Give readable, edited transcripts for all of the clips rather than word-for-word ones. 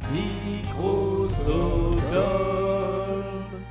Micro-Stockholm.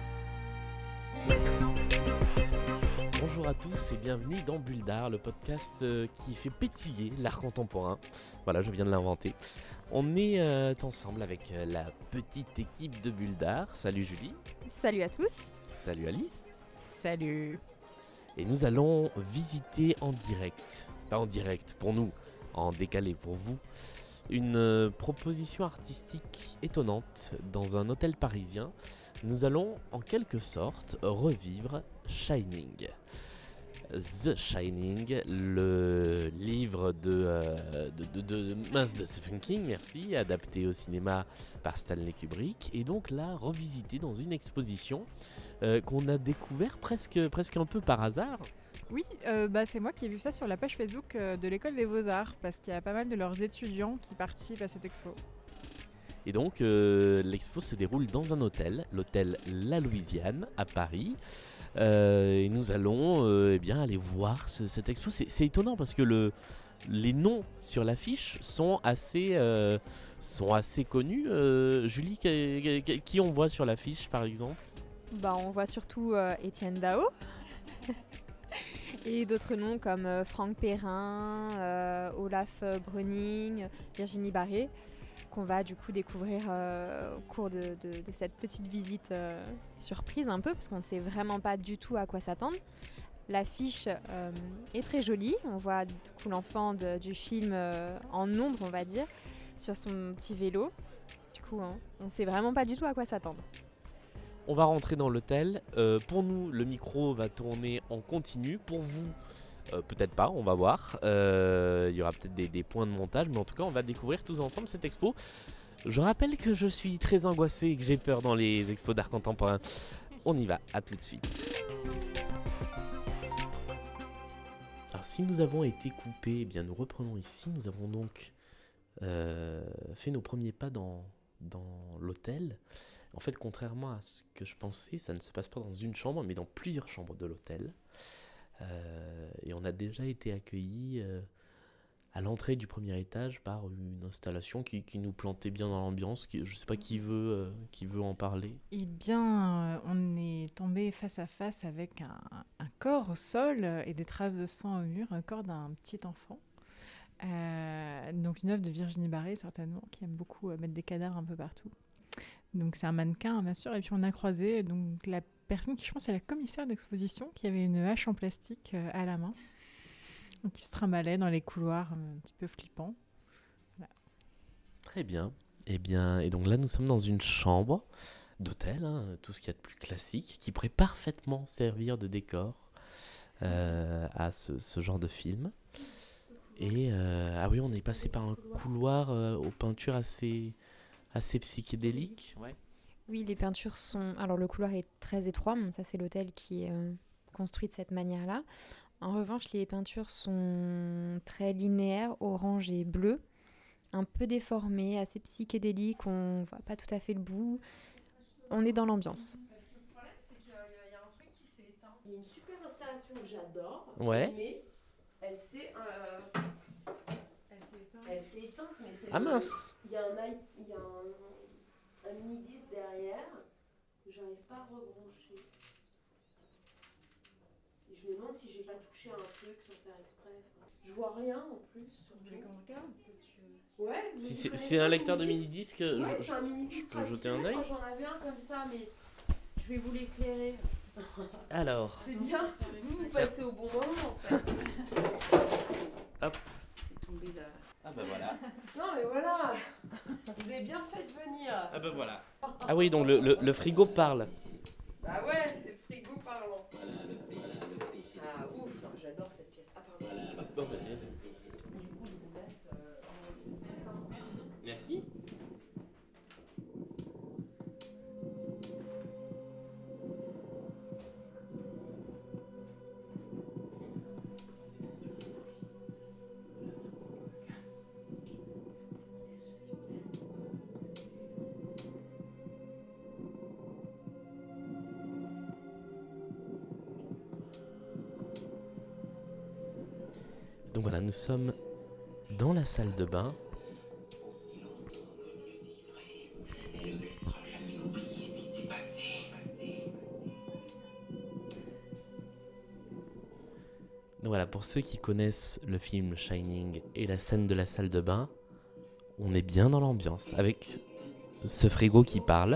Bonjour à tous et bienvenue dans Bulle d'Art, le podcast qui fait pétiller l'art contemporain. Voilà, je viens de l'inventer. On est ensemble avec la petite équipe de Bulle d'Art. Salut Julie. Salut à tous. Salut Alice. Salut. Et nous allons visiter en direct, pas en direct pour nous, en décalé pour vous, une proposition artistique étonnante dans un hôtel parisien. Nous allons en quelque sorte revivre Shining. The Shining, le livre de Stephen King, merci, adapté au cinéma par Stanley Kubrick, et donc là revisité dans une exposition qu'on a découvert presque un peu par hasard. Oui, c'est moi qui ai vu ça sur la page Facebook de l'école des Beaux-Arts, parce qu'il y a pas mal de leurs étudiants qui participent à cette expo. Et donc l'expo se déroule dans un hôtel, l'hôtel La Louisiane à Paris. Et nous allons aller voir cette expo. C'est étonnant parce que les noms sur l'affiche sont assez connus. Julie, qui on voit sur l'affiche par exemple ? On voit surtout Étienne Dao et d'autres noms comme Franck Perrin, Olaf Breuning, Virginie Barré, qu'on va du coup découvrir au cours de cette petite visite surprise un peu, parce qu'on ne sait vraiment pas du tout à quoi s'attendre. L'affiche est très jolie, on voit du coup l'enfant du film en ombre, on va dire, sur son petit vélo. Du coup, on ne sait vraiment pas du tout à quoi s'attendre. On va rentrer dans l'hôtel. Pour nous, le micro va tourner en continu. Pour vous, peut-être pas, on va voir. Il y aura peut-être des points de montage, mais en tout cas, on va découvrir tous ensemble cette expo. Je rappelle que je suis très angoissé et que j'ai peur dans les expos d'art contemporain. On y va, à tout de suite. Alors, si nous avons été coupés, eh bien, nous reprenons ici. Nous avons donc fait nos premiers pas dans l'hôtel. En fait, contrairement à ce que je pensais, ça ne se passe pas dans une chambre, mais dans plusieurs chambres de l'hôtel. Et on a déjà été accueillis à l'entrée du premier étage par une installation qui nous plantait bien dans l'ambiance. Je ne sais pas qui veut en parler. Eh bien, on est tombé face à face avec un corps au sol et des traces de sang au mur, un corps d'un petit enfant. Donc une œuvre de Virginie Barré, certainement, qui aime beaucoup mettre des cadavres un peu partout. Donc c'est un mannequin, bien sûr. Et puis on a croisé donc, la personne qui, je pense, est la commissaire d'exposition, qui avait une hache en plastique à la main, qui se trimballait dans les couloirs un petit peu flippants. Voilà. Très bien. Et donc là, nous sommes dans une chambre d'hôtel, tout ce qu'il y a de plus classique, qui pourrait parfaitement servir de décor à ce genre de film. Et oui, on est passé par un couloir aux peintures assez psychédéliques. Ouais. Oui, les peintures sont... Alors le couloir est très étroit, ça c'est l'hôtel qui est construit de cette manière-là. En revanche, les peintures sont très linéaires, orange et bleu, un peu déformées, assez psychédéliques, on ne voit pas tout à fait le bout. On est dans l'ambiance. Parce que le problème, c'est qu'il y a un truc qui s'est éteint. Il y a une super installation que j'adore, Ouais. mais elle s'est éteinte, mais c'est Mince. il y a un mini-disque derrière que j'arrive pas à rebrancher. Et je me demande si j'ai pas touché un truc sans faire exprès. Je vois rien en plus. Vous voulez qu'on regarde ? Ouais. Si c'est un lecteur de mini-disque, Ouais, c'est un mini-disque. je peux jeter un œil. Moi j'en avais un comme ça, mais je vais vous l'éclairer. Alors, C'est bien. Vous passez au bon moment en fait. hop. C'est tombé là. Ah bah voilà. Non mais voilà. Vous avez bien fait de venir. Ah bah voilà. Ah oui, donc le frigo parle. Bah ouais, c'est le frigo parlant. Ah ouf, j'adore cette pièce. Ah pardon. Bon, bah, Du coup, je vous laisse. merci. Donc voilà, nous sommes dans la salle de bain. voilà, pour ceux qui connaissent le film Shining et la scène de la salle de bain, on est bien dans l'ambiance avec ce frigo qui parle.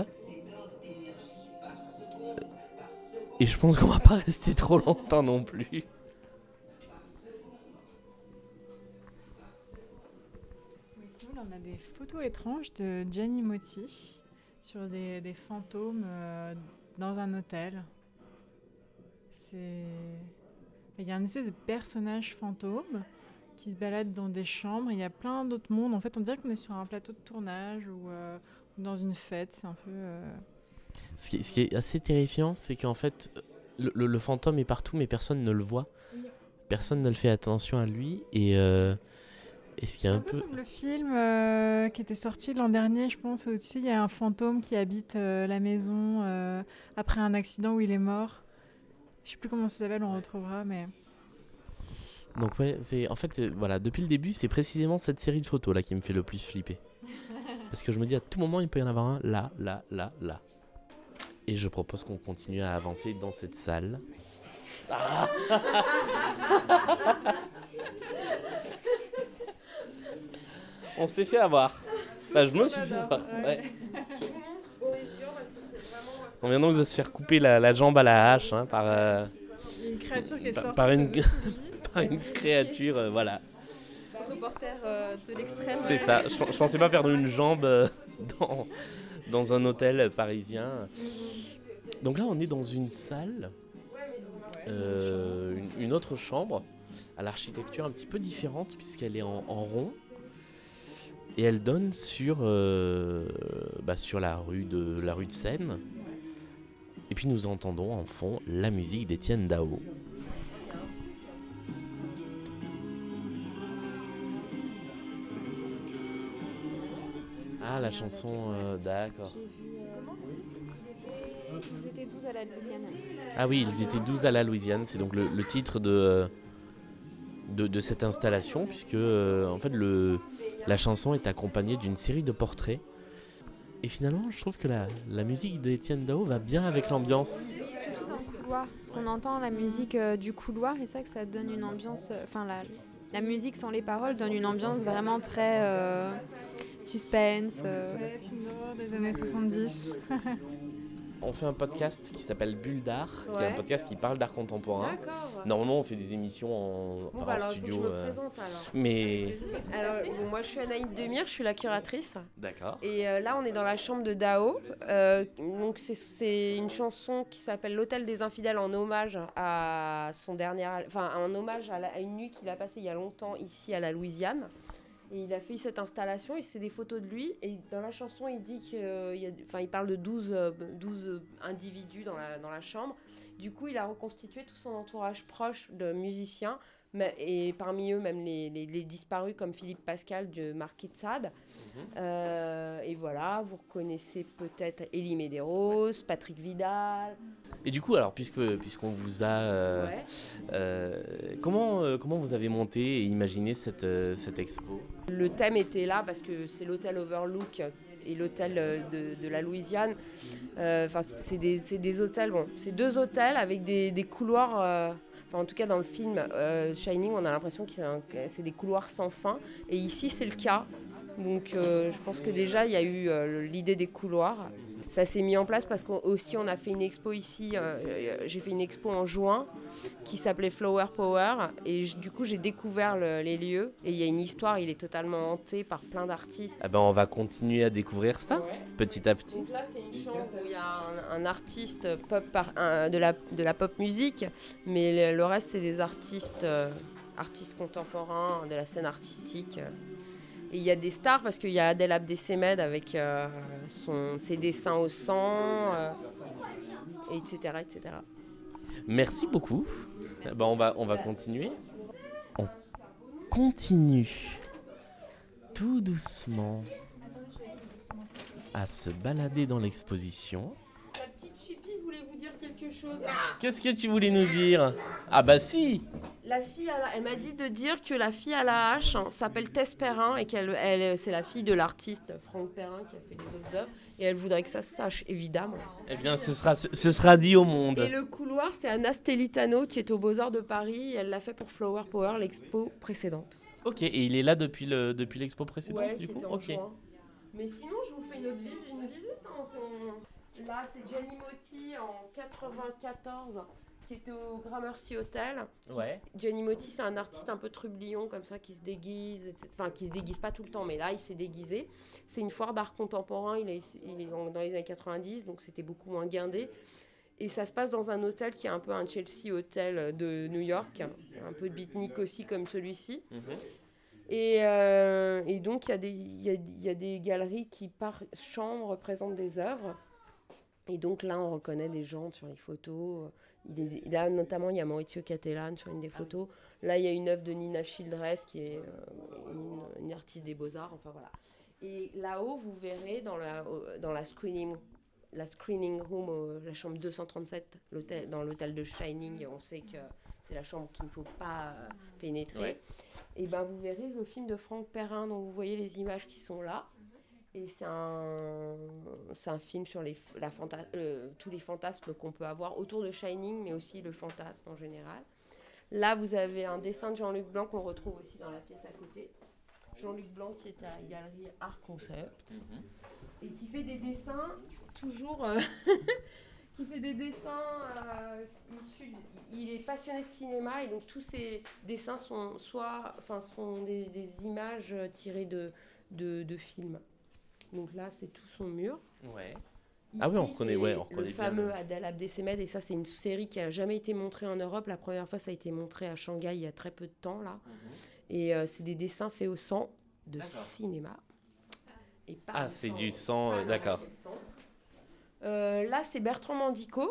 Et je pense qu'on va pas rester trop longtemps non plus. Oui, sinon, là, on a des photos étranges de Gianni Motti sur des fantômes dans un hôtel. Il y a un espèce de personnage fantôme qui se balade dans des chambres. Il y a plein d'autres mondes. En fait, on dirait qu'on est sur un plateau de tournage ou dans une fête. C'est un peu... Ce qui est assez terrifiant, c'est qu'en fait, le fantôme est partout, mais personne ne le voit. Personne ne le fait attention à lui. Et ce qui est un peu... comme le film qui était sorti l'an dernier, je pense, où tu sais, il y a un fantôme qui habite la maison après un accident où il est mort. Je sais plus comment ça s'appelle, on retrouvera, mais... Donc ouais, voilà, depuis le début, c'est précisément cette série de photos là qui me fait le plus flipper. Parce que je me dis à tout moment, il peut y en avoir un là. Et je propose qu'on continue à avancer dans cette salle. Ah On s'est fait avoir. Enfin, je me suis fait avoir. Ouais. On vient donc de se faire couper la jambe à la hache par une créature qui est sortie par une créature, voilà. Reporter de l'extrême. C'est ça, je pensais pas perdre une jambe dans un hôtel parisien. Donc là, on est dans une salle, une autre chambre, à l'architecture un petit peu différente, puisqu'elle est en rond. Et elle donne sur la rue de Seine. Et puis nous entendons en fond la musique d'Étienne Dao. Ah, la chanson, d'accord. Ils étaient 12 à la Louisiane. Ah oui, ils étaient 12 à la Louisiane. C'est donc le titre de cette installation, puisque en fait, la chanson est accompagnée d'une série de portraits. Et finalement, je trouve que la musique d'Étienne Dao va bien avec l'ambiance. Surtout dans le couloir, parce qu'on entend la musique du couloir et ça que ça donne une ambiance... la musique sans les paroles donne une ambiance vraiment très suspense. Ouais, film d'horreur des années 70. On fait un podcast qui s'appelle Bulle d'art, qui est un Ouais. podcast qui parle d'art contemporain. D'accord. Normalement, on fait des émissions en Alors, studio. faut que je me présente alors. Mais Alors, moi je suis Anaïde Demire, je suis la curatrice. d'accord. Et là, on est dans la chambre de Dao. Donc, c'est une chanson qui s'appelle L'Hôtel des Infidèles en hommage à son dernier. Enfin, en hommage à une nuit qu'il a passée il y a longtemps ici à la Louisiane. Et il a fait cette installation et c'est des photos de lui. Et dans la chanson, il dit il parle de 12 individus dans la chambre. Du coup, il a reconstitué tout son entourage proche de musiciens. Et parmi eux, même les disparus comme Philippe Pascal de Marquis de Sade. Et voilà, vous reconnaissez peut-être Elie Medeiros, Patrick Vidal. Et du coup, alors, puisqu'on vous a... comment vous avez monté et imaginé cette expo ? Le thème était là parce que c'est l'hôtel Overlook et l'hôtel de la Louisiane. C'est des hôtels, c'est deux hôtels avec des couloirs... en tout cas, dans le film Shining, on a l'impression que c'est des couloirs sans fin. Et ici, c'est le cas. Donc, je pense que déjà, il y a eu l'idée des couloirs. Ça s'est mis en place parce qu'aussi, on a fait une expo ici. J'ai fait une expo en juin qui s'appelait Flower Power. Et du coup, j'ai découvert les lieux. Et il y a une histoire, il est totalement hanté par plein d'artistes. Ah ben, on va continuer à découvrir ça, petit à petit. Donc là, c'est une chambre où il y a un artiste pop de la pop musique, mais le reste, c'est des artistes contemporains de la scène artistique. Et il y a des stars parce qu'il y a Adèle Abdessemed avec ses dessins au sang, etc., etc. Merci beaucoup. Ben, on va continuer. On continue tout doucement à se balader dans l'exposition. La petite Chippy voulait vous dire quelque chose. Qu'est-ce que tu voulais nous dire ? Ah bah si ! La fille, elle m'a dit de dire que la fille à la hache s'appelle Tess Perrin et c'est la fille de l'artiste Franck Perrin qui a fait les autres œuvres. Et elle voudrait que ça se sache, évidemment. Eh bien, ce sera dit au monde. Et le couloir, c'est Anna Stellitano qui est aux Beaux-Arts de Paris. Et elle l'a fait pour Flower Power, l'expo précédente. Ok, et il est là depuis l'expo précédente, Ouais, du qui coup. était en Ok. juin. Mais sinon, je vous fais une visite. Là, c'est Gianni Motti en 94 qui était au Gramercy Hotel. Ouais. Gianni Motti, c'est un artiste un peu trublion comme ça qui se déguise, etc. Enfin, qui se déguise pas tout le temps, mais là, il s'est déguisé. C'est une foire d'art contemporain. Il est dans les années 90, donc c'était beaucoup moins guindé. Et ça se passe dans un hôtel qui est un peu un Chelsea Hotel de New York, un peu beatnik aussi comme celui-ci. Et donc, il y a des galeries qui, par chambre, représentent des œuvres. Et donc là, on reconnaît des gens sur les photos. Là, notamment, il y a Maurizio Cattelan sur une des photos. Là, il y a une œuvre de Nina Childress, qui est une artiste des Beaux-Arts. Enfin, voilà. Et là-haut, vous verrez dans la screening room, la chambre 237, dans l'hôtel de Shining, on sait que c'est la chambre qu'il ne faut pas pénétrer. Ouais. Et ben, vous verrez le film de Franck Perrin, dont vous voyez les images qui sont là. Et c'est un film sur tous les fantasmes qu'on peut avoir autour de Shining, mais aussi le fantasme en général. Là, vous avez un dessin de Jean-Luc Blanc qu'on retrouve aussi dans la pièce à côté. Jean-Luc Blanc qui est à la galerie Art Concept et qui fait des dessins toujours... qui fait des dessins issus... Il est passionné de cinéma et donc tous ses dessins sont des images tirées de films. Donc là, c'est tout son mur. Ouais. Ici, on reconnaît le bien. fameux Adèle Abdessemed, et ça, c'est une série qui n'a jamais été montrée en Europe. La première fois, ça a été montré à Shanghai il y a très peu de temps, là. Et c'est des dessins faits au sang de cinéma. Et pas c'est du sang, d'accord. Là, c'est Bertrand Mandico.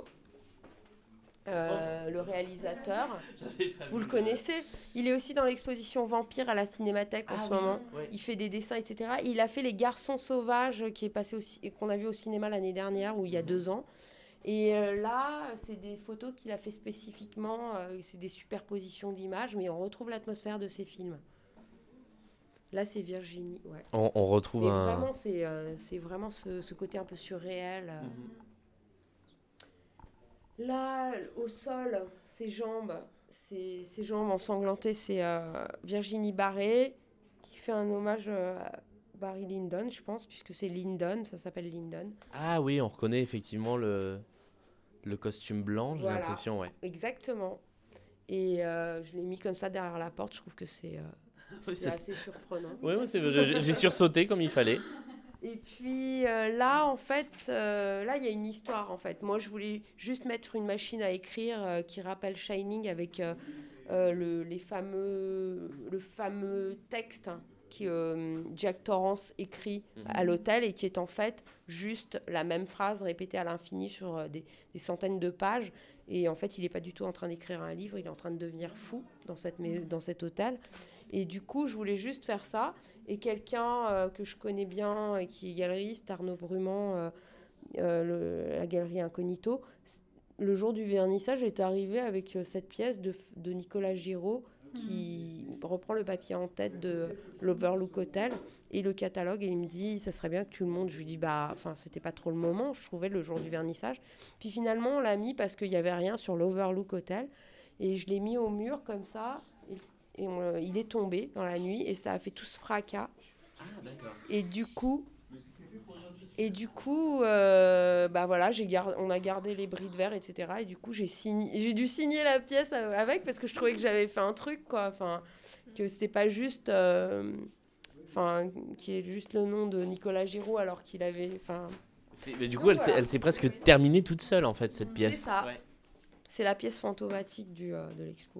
Le réalisateur, vous le connaissez, il est aussi dans l'exposition Vampire à la Cinémathèque en ce moment. Ouais. Il fait des dessins, etc. Et il a fait Les Garçons Sauvages qui est passé qu'on a vu au cinéma l'année dernière ou il y a 2 ans. Et là, c'est des photos qu'il a fait spécifiquement, c'est des superpositions d'images, mais on retrouve l'atmosphère de ses films. Là, c'est Virginie. Ouais. On retrouve et vraiment, c'est vraiment ce côté un peu surréel. Là, au sol, ses jambes ensanglantées, c'est Virginie Barré qui fait un hommage à Barry Lyndon, je pense, puisque c'est Lyndon, ça s'appelle Lyndon. Ah oui, on reconnaît effectivement le costume blanc, j'ai l'impression, ouais. Exactement. Et je l'ai mis comme ça derrière la porte, je trouve que c'est assez surprenant. Oui, j'ai sursauté comme il fallait. Et puis là, en fait, là, il y a une histoire, en fait. Moi, je voulais juste mettre une machine à écrire qui rappelle Shining avec le fameux texte que Jack Torrance écrit à l'hôtel et qui est en fait juste la même phrase répétée à l'infini sur des centaines de pages. Et en fait, il n'est pas du tout en train d'écrire un livre, il est en train de devenir fou dans cet hôtel. Et du coup, je voulais juste faire ça. Et quelqu'un que je connais bien et qui est galeriste, Arnaud Brumand, la galerie Incognito, le jour du vernissage, est arrivé avec cette pièce de Nicolas Giraud qui reprend le papier en tête de l'Overlook Hotel et le catalogue. Et il me dit, ça serait bien que tu le montes. Je lui dis, c'était pas trop le moment, je trouvais, le jour du vernissage. Puis finalement, on l'a mis parce qu'il n'y avait rien sur l'Overlook Hotel. Et je l'ai mis au mur comme ça. Et il est tombé dans la nuit et ça a fait tout ce fracas. Ah, d'accord. Et du coup, voilà, on a gardé les bris de verre, etc. Et du coup, j'ai dû signer la pièce avec parce que je trouvais que j'avais fait un truc, quoi. Enfin, que c'était pas juste, qui est juste le nom de Nicolas Giraud alors qu'il avait, Mais du coup, elle s'est presque terminée toute seule, en fait, cette pièce. C'est ça. Ouais. C'est la pièce fantomatique de l'expo.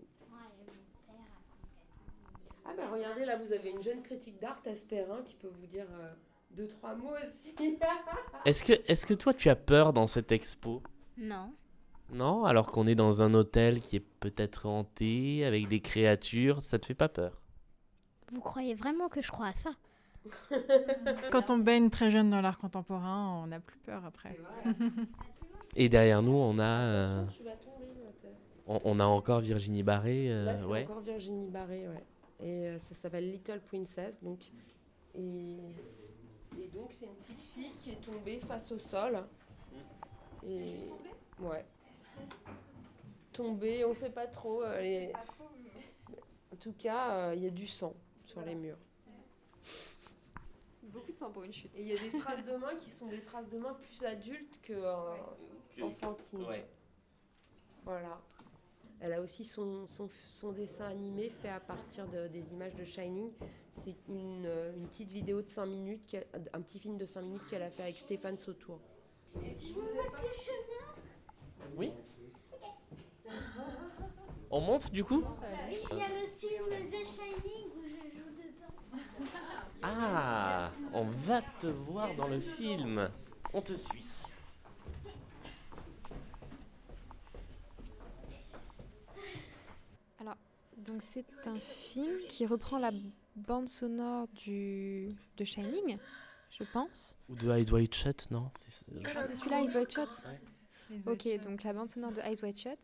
Ah bah regardez, là vous avez une jeune critique d'art, Tess Perrin, qui peut vous dire 2-3 mots aussi. Est-ce que toi tu as peur dans cette expo ? Non. Non ? Alors qu'on est dans un hôtel qui est peut-être hanté, avec des créatures, ça te fait pas peur ? Vous croyez vraiment que je crois à ça ? Quand on baigne très jeune dans l'art contemporain, on n'a plus peur après. C'est vrai. Et derrière nous, on a... Tu vas tomber, Tess. On a encore Virginie Barré. Là, c'est Ouais. encore Virginie Barré, ouais. Et ça s'appelle Little Princess, donc. Et donc, c'est une petite fille qui est tombée face au sol. Et ouais. Tombée, on sait pas trop. En tout cas, il y a du sang sur les murs. Beaucoup de sang pour une chute. Et il y a des traces de mains qui sont des traces de mains plus adultes que enfantines. Ouais. Voilà. Elle a aussi son dessin animé fait à partir des images de Shining. C'est une petite vidéo de 5 minutes, un petit film de 5 minutes qu'elle a fait avec Stéphane Sautour. Oui. On monte du coup? Il y a le film The Shining où je joue dedans. Ah, on va te voir dans le film. On te suit. Donc c'est un film qui reprend la bande sonore de Shining, je pense. Ou de Eyes Wide Shut, non? C'est celui-là, Eyes Wide Shut. Ouais. Ok, donc la bande sonore de Eyes Wide Shut.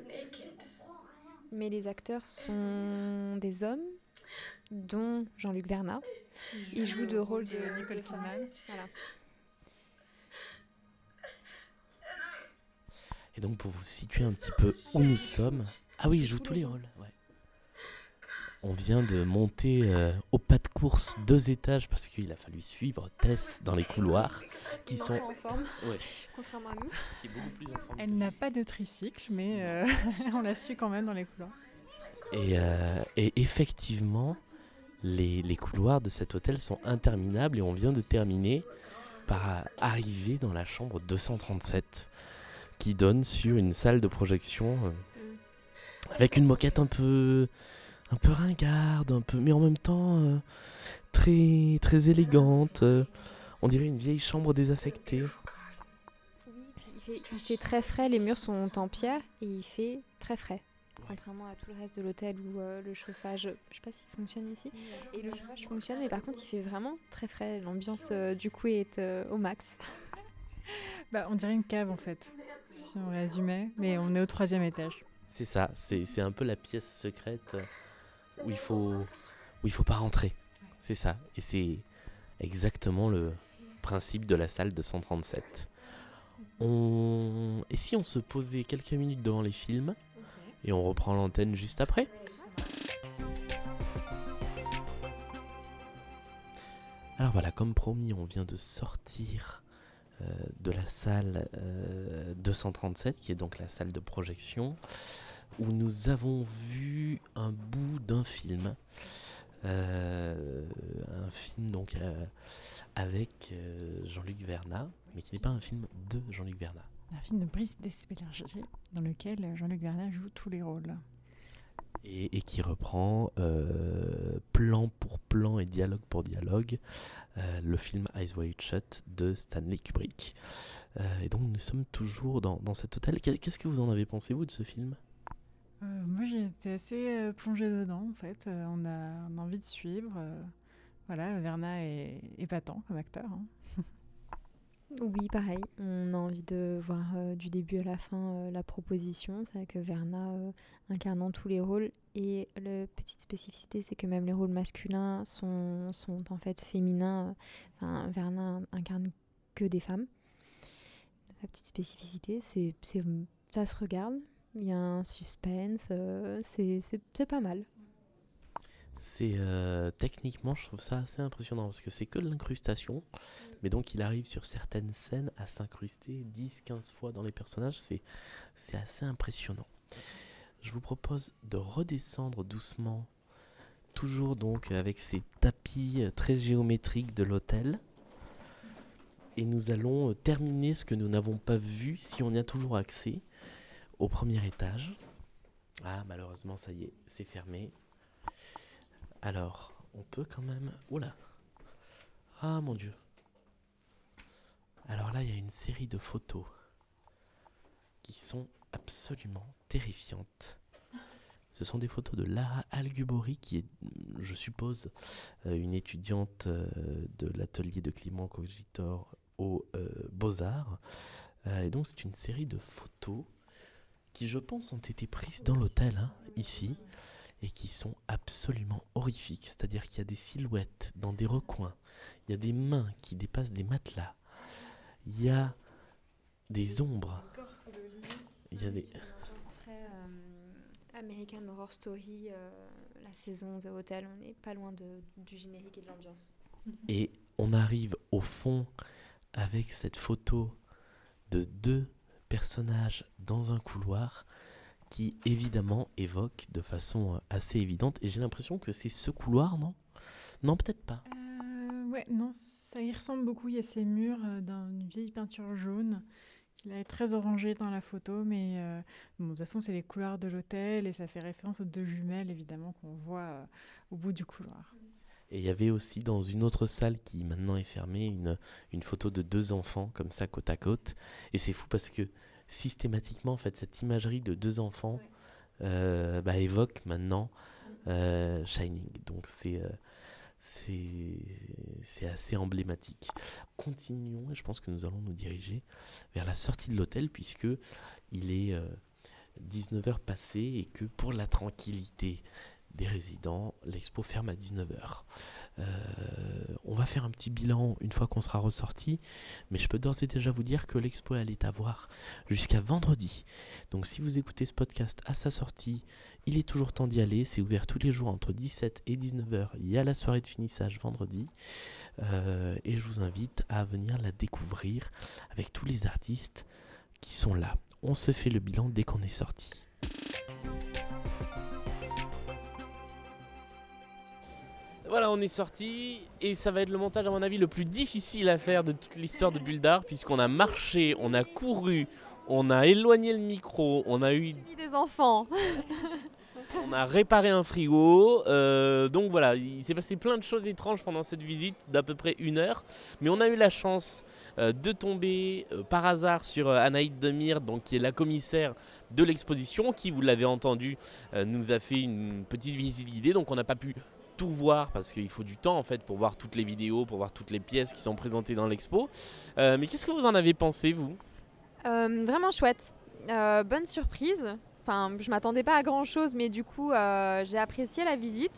Mais les acteurs sont des hommes, dont Jean-Luc Vernat. Il joue le rôle de Nicole Kidman. Voilà. Et donc pour vous situer un petit peu où nous sommes. Ah oui, il joue tous les rôles. Ouais. On vient de monter au pas de course 2 étages parce qu'il a fallu suivre Tess dans les couloirs qui Une sont enfant en forme, ouais, contrairement à nous. qui est beaucoup plus en forme. Elle n'a pas de tricycle, mais on la suit quand même dans les couloirs. Et effectivement, les couloirs de cet hôtel sont interminables et on vient de terminer par arriver dans la chambre 237 qui donne sur une salle de projection avec une moquette un peu ringarde, mais en même temps très, très élégante. On dirait une vieille chambre désaffectée. Oui, puis il fait très frais, les murs sont en pierre et il fait très frais. Contrairement à tout le reste de l'hôtel où le chauffage, je sais pas s'il fonctionne ici, et le chauffage fonctionne, mais par contre il fait vraiment très frais. L'ambiance du coup est au max. On dirait une cave en fait, si on résumait, mais on est au 3e étage. C'est ça, c'est un peu la pièce secrète où il faut pas rentrer. C'est ça, et c'est exactement le principe de la salle de 137. Et si on se posait quelques minutes devant les films et on reprend l'antenne juste après? Alors voilà, comme promis, on vient de sortir de la salle 237, qui est donc la salle de projection, où nous avons vu un bout d'un film. Un film donc avec Jean-Luc Vernat, mais qui n'est pas un film de Jean-Luc Vernat. Un film de Brice Despélerger, dans lequel Jean-Luc Vernat joue tous les rôles. Et qui reprend plan pour plan et dialogue pour dialogue le film Eyes Wide Shut de Stanley Kubrick. Et donc nous sommes toujours dans cet hôtel. Qu'est-ce que vous en avez pensé, vous, de ce film ? Moi j'ai été assez plongée dedans en fait. On a envie de suivre. Voilà, Vernat est épatant comme acteur. Hein. Oui, pareil. On a envie de voir du début à la fin la proposition. C'est vrai que Vernat incarnant tous les rôles. Et la petite spécificité, c'est que même les rôles masculins sont en fait féminins. Enfin, Vernat incarne que des femmes. La petite spécificité, c'est ça se regarde. Il y a un suspense. C'est pas mal. C'est techniquement, je trouve ça assez impressionnant parce que c'est que de l'incrustation, mais donc il arrive sur certaines scènes à s'incruster 10-15 fois dans les personnages, c'est assez impressionnant. Je vous propose de redescendre doucement, toujours donc avec ces tapis très géométriques de l'hôtel, et nous allons terminer ce que nous n'avons pas vu, si on y a toujours accès, au premier étage. Ah, malheureusement, ça y est, c'est fermé. Alors, on peut quand même... Oula. Ah, mon Dieu. Alors là, il y a une série de photos qui sont absolument terrifiantes. Ce sont des photos de Lara Algubori, qui est, je suppose, une étudiante de l'atelier de Clément Cogitor aux Beaux-Arts. Et donc, c'est une série de photos qui je pense ont été prises dans l'hôtel, ici, et qui sont absolument horrifiques. C'est-à-dire qu'il y a des silhouettes dans des recoins, il y a des mains qui dépassent des matelas, il y a des ombres. Encore sous le lit. Il y a des... Sur une ambiance très American Horror Story, la saison The Hotel. On n'est pas loin du générique et de l'ambiance. Et on arrive au fond avec cette photo de 2 personnages dans un couloir qui évidemment évoque de façon assez évidente. Et j'ai l'impression que c'est ce couloir, non ? Non, peut-être pas. Ouais, non, ça y ressemble beaucoup. Il y a ces murs d'une vieille peinture jaune qui est très orangée dans la photo, mais bon, de toute façon, c'est les couloirs de l'hôtel et ça fait référence aux 2 jumelles, évidemment, qu'on voit au bout du couloir. Et il y avait aussi dans une autre salle qui maintenant est fermée une photo de 2 enfants comme ça côte à côte. Et c'est fou parce que systématiquement en fait cette imagerie de 2 enfants évoque maintenant Shining. Donc c'est assez emblématique. Continuons et je pense que nous allons nous diriger vers la sortie de l'hôtel puisque il est 19h passées et que pour la tranquillité des résidents, l'expo ferme à 19h. On va faire un petit bilan une fois qu'on sera ressorti, mais je peux d'ores et déjà vous dire que l'expo elle est à voir jusqu'à vendredi. Donc si vous écoutez ce podcast à sa sortie, il est toujours temps d'y aller. C'est ouvert tous les jours entre 17 et 19h. Il y a la soirée de finissage vendredi. Et je vous invite à venir la découvrir avec tous les artistes qui sont là. On se fait le bilan dès qu'on est sorti. Voilà, on est sorti et ça va être le montage à mon avis le plus difficile à faire de toute l'histoire de Bulle d'Art puisqu'on a marché, on a couru, on a éloigné le micro, on a eu Des enfants. on a réparé un frigo, donc voilà, il s'est passé plein de choses étranges pendant cette visite d'à peu près 1 heure, mais on a eu la chance de tomber par hasard sur Anaïd Demir, donc qui est la commissaire de l'exposition, qui, vous l'avez entendu, nous a fait une petite visite guidée, donc on n'a pas pu tout voir parce qu'il faut du temps en fait pour voir toutes les vidéos, pour voir toutes les pièces qui sont présentées dans l'expo. Mais qu'est-ce que vous en avez pensé, vous ? Vraiment chouette. Bonne surprise. Enfin, je m'attendais pas à grand chose, mais du coup, j'ai apprécié la visite.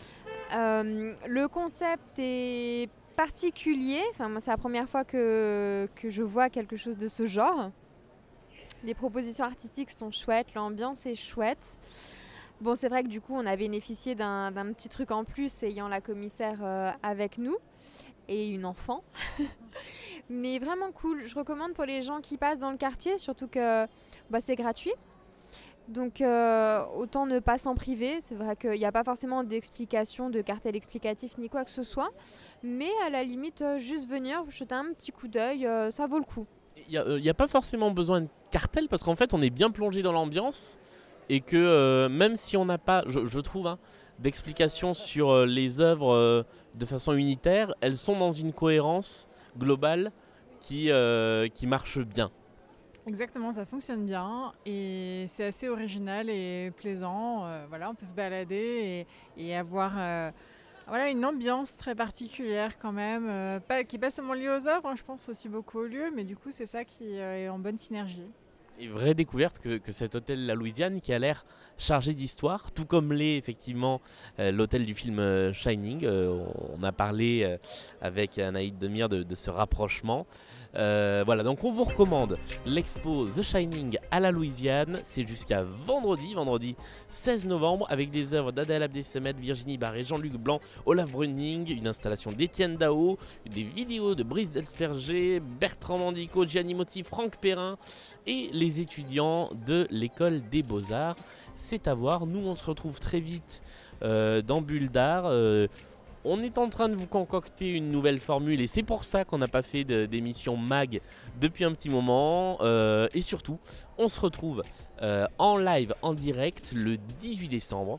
Le concept est particulier. Enfin, moi, c'est la première fois que je vois quelque chose de ce genre. Les propositions artistiques sont chouettes, l'ambiance est chouette. Bon, c'est vrai que du coup, on a bénéficié d'un petit truc en plus, ayant la commissaire avec nous et une enfant. Mais vraiment cool. Je recommande pour les gens qui passent dans le quartier, surtout que c'est gratuit. Donc autant ne pas s'en priver. C'est vrai qu'il n'y a pas forcément d'explication, de cartel explicatif ni quoi que ce soit. Mais à la limite, juste venir, jeter un petit coup d'œil, ça vaut le coup. Il n'y a pas forcément besoin de cartel parce qu'en fait on est bien plongé dans l'ambiance et que même si on n'a pas, je trouve, d'explications sur les œuvres de façon unitaire, elles sont dans une cohérence globale qui marche bien. Exactement, ça fonctionne bien et c'est assez original et plaisant. Voilà, on peut se balader et avoir une ambiance très particulière quand même, qui n'est pas seulement liée aux œuvres, je pense aussi beaucoup aux lieux, mais du coup c'est ça qui est en bonne synergie. Et vraie découverte que cet hôtel La Louisiane qui a l'air chargé d'histoire, tout comme l'est effectivement l'hôtel du film Shining. On a parlé avec Anaïd Demir de ce rapprochement. Voilà, donc on vous recommande l'expo The Shining à La Louisiane. C'est jusqu'à vendredi 16 novembre, avec des œuvres d'Adèle Abdessemet, Virginie Barré, Jean-Luc Blanc, Olaf Brunning, une installation d'Étienne Dao, des vidéos de Brice Delsperger, Bertrand Mandico, Gianni Motti, Franck Perrin et les étudiants de l'école des Beaux-Arts. C'est à voir. Nous, on se retrouve très vite dans Bulle d'Art. On est en train de vous concocter une nouvelle formule et c'est pour ça qu'on n'a pas fait d'émission mag depuis un petit moment. Et surtout, on se retrouve en live, en direct, le 18 décembre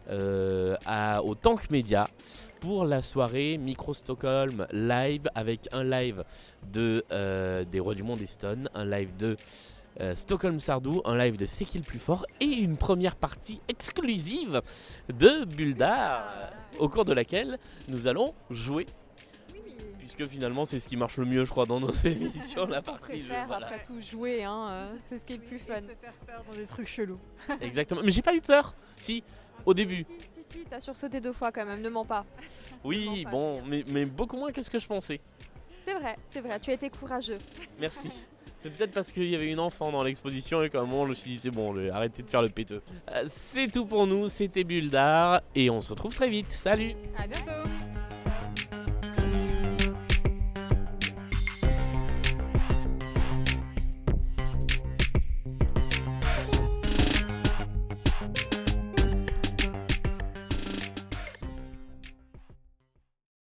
au Tank Media pour la soirée Micro Stockholm live, avec un live des Rois du Monde et Stone, un live de Stockholm Sardou, un live de C'est qui le plus fort et une première partie exclusive de Bulle d'Art au cours de laquelle nous allons jouer. Parce que finalement, c'est ce qui marche le mieux, je crois, dans nos émissions, la C'est ce qu'on partie jeu. préfère Voilà. après tout jouer, hein, c'est ce qui est le plus fun. Se faire peur dans des trucs chelous. Exactement. Mais j'ai pas eu peur. Si, au début. Si, t'as sursauté 2 fois quand même, ne mens pas. Oui, pas, bon, mais beaucoup moins que ce que je pensais. C'est vrai, tu as été courageux. Merci. C'est peut-être parce qu'il y avait une enfant dans l'exposition et qu'à un moment je me suis dit c'est bon, j'ai arrêté de faire le péteux. C'est tout pour nous, c'était Bulldar et on se retrouve très vite. Salut! À bientôt.